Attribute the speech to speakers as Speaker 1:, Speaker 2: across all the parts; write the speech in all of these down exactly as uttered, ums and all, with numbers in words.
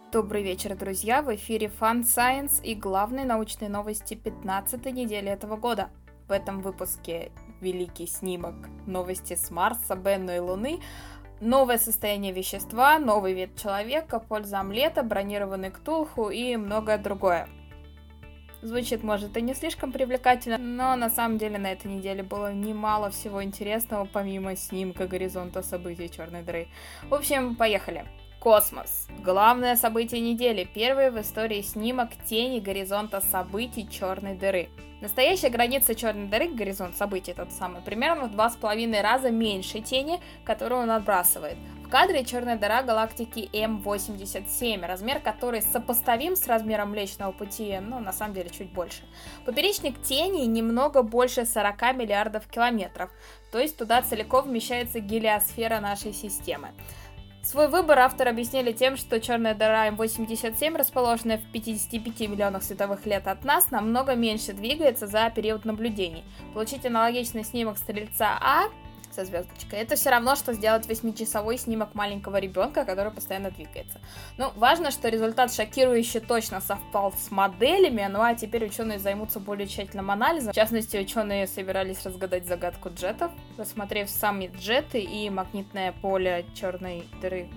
Speaker 1: Добрый вечер, друзья! В эфире Fun Science и главные научные новости пятнадцатой недели этого года. В этом выпуске великий снимок, новости с Марса, Бенну и Луны, новое состояние вещества, новый вид человека, польза омлета, бронированный Ктулху и многое другое. Звучит, может, и не слишком привлекательно, но на самом деле на этой неделе было немало всего интересного, помимо снимка горизонта событий черной дыры. В общем, поехали! Космос. Главное событие недели. Первый в истории снимок тени горизонта событий черной дыры. Настоящая граница черной дыры, горизонт событий тот самый, примерно в два с половиной раза меньше тени, которую он отбрасывает. В кадре черная дыра галактики эм восемьдесят семь, размер которой сопоставим с размером Млечного Пути, но на самом деле чуть больше. Поперечник тени немного больше сорок миллиардов километров, то есть туда целиком вмещается гелиосфера нашей системы. Свой выбор автор объяснили тем, что черная дыра эм восемьдесят семь, расположенная в пятидесяти пяти миллионах световых лет от нас, намного меньше двигается за период наблюдений. Получить аналогичный снимок Стрельца А со звездочкой — это все равно, что сделать восьмичасовой снимок маленького ребенка, который постоянно двигается. Ну, важно, что результат шокирующе точно совпал с моделями, ну а теперь ученые займутся более тщательным анализом. В частности, ученые собирались разгадать загадку джетов, рассмотрев сами джеты и магнитное поле черной дыры.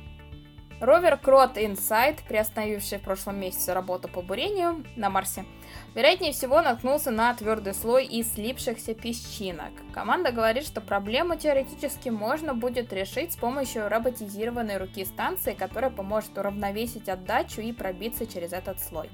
Speaker 1: Ровер Крот Инсайт, приостановивший в прошлом месяце работу по бурению на Марсе, вероятнее всего наткнулся на твердый слой из слипшихся песчинок. Команда говорит, что проблему теоретически можно будет решить с помощью роботизированной руки станции, которая поможет уравновесить отдачу и пробиться через этот слой.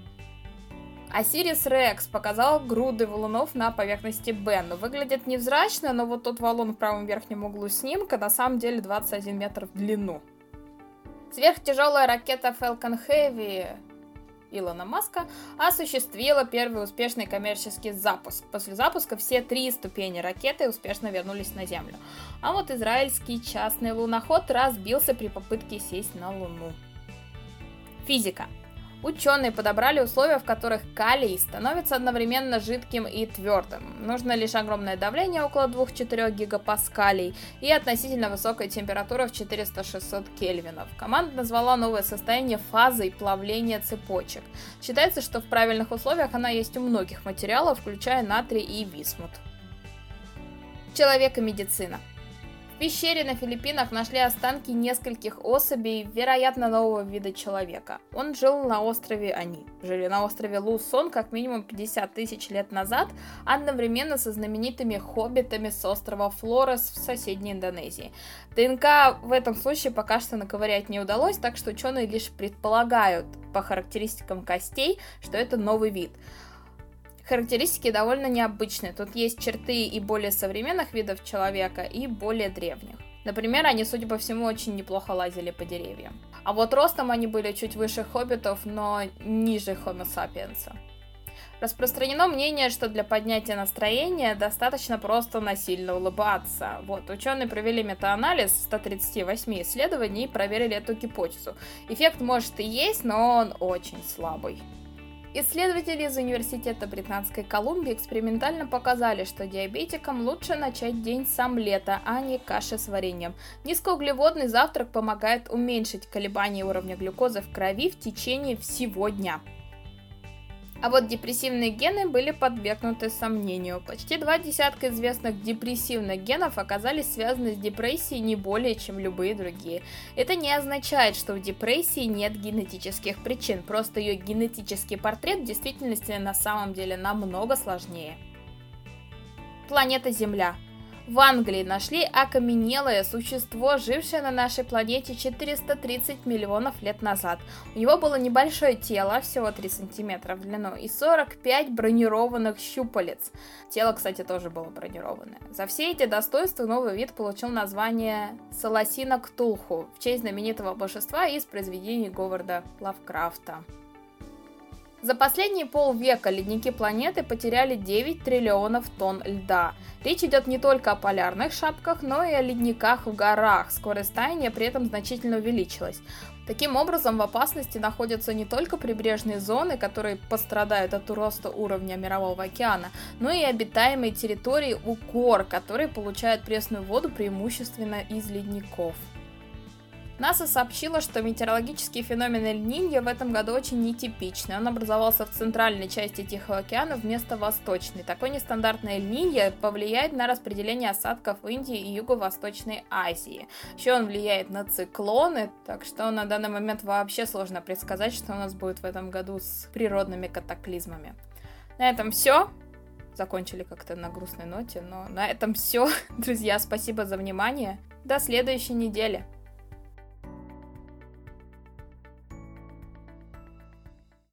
Speaker 1: Осирис Рекс показал груды валунов на поверхности Бенну. Выглядит невзрачно, но вот тот валун в правом верхнем углу снимка на самом деле двадцать один метр в длину. Сверхтяжелая ракета Falcon Heavy Илона Маска осуществила первый успешный коммерческий запуск. После запуска все три ступени ракеты успешно вернулись на Землю. А вот израильский частный луноход разбился при попытке сесть на Луну. Физика. Ученые подобрали условия, в которых калий становится одновременно жидким и твердым. Нужно лишь огромное давление, около двух-четырёх гигапаскалей, и относительно высокая температура в четыреста-шестьсот кельвинов. Команда назвала новое состояние фазой плавления цепочек. Считается, что в правильных условиях она есть у многих материалов, включая натрий и висмут. Человек и медицина. В пещере на Филиппинах нашли останки нескольких особей, вероятно, нового вида человека. Он жил на острове, они жили на острове Лусон как минимум пятьдесят тысяч лет назад, одновременно со знаменитыми хоббитами с острова Флорес в соседней Индонезии. ДНК в этом случае пока что наковырять не удалось, так что ученые лишь предполагают по характеристикам костей, что это новый вид. Характеристики довольно необычные. Тут есть черты и более современных видов человека, и более древних. Например, они, судя по всему, очень неплохо лазили по деревьям. А вот ростом они были чуть выше хоббитов, но ниже Homo sapiens. Распространено мнение, что для поднятия настроения достаточно просто насильно улыбаться. Вот, ученые провели метаанализ ста тридцати восьми исследований и проверили эту гипотезу. Эффект может и есть, но он очень слабый. Исследователи из Университета Британской Колумбии экспериментально показали, что диабетикам лучше начать день с омлета, а не каши с вареньем. Низкоуглеводный завтрак помогает уменьшить колебания уровня глюкозы в крови в течение всего дня. А вот депрессивные гены были подвергнуты сомнению. Почти два десятка известных депрессивных генов оказались связаны с депрессией не более, чем любые другие. Это не означает, что в депрессии нет генетических причин, просто ее генетический портрет в действительности на самом деле намного сложнее. Планета Земля. В Англии нашли окаменелое существо, жившее на нашей планете четыреста тридцать миллионов лет назад. У него было небольшое тело, всего три сантиметра в длину, и сорок пять бронированных щупалец. Тело, кстати, тоже было бронированное. За все эти достоинства новый вид получил название Солосина Ктулху в честь знаменитого божества из произведений Говарда Лавкрафта. За последние полвека ледники планеты потеряли девять триллионов тонн льда. Речь идет не только о полярных шапках, но и о ледниках в горах. Скорость таяния при этом значительно увеличилась. Таким образом, в опасности находятся не только прибрежные зоны, которые пострадают от роста уровня Мирового океана, но и обитаемые территории у гор, которые получают пресную воду преимущественно из ледников. НАСА сообщила, что метеорологический феномен Эль-Ниньо в этом году очень нетипичный. Он образовался в центральной части Тихого океана вместо восточной. Такой нестандартный Эль-Ниньо повлияет на распределение осадков в Индии и Юго-Восточной Азии. Еще он влияет на циклоны, так что на данный момент вообще сложно предсказать, что у нас будет в этом году с природными катаклизмами. На этом все. Закончили как-то на грустной ноте, но на этом все. Друзья, спасибо за внимание. До следующей недели.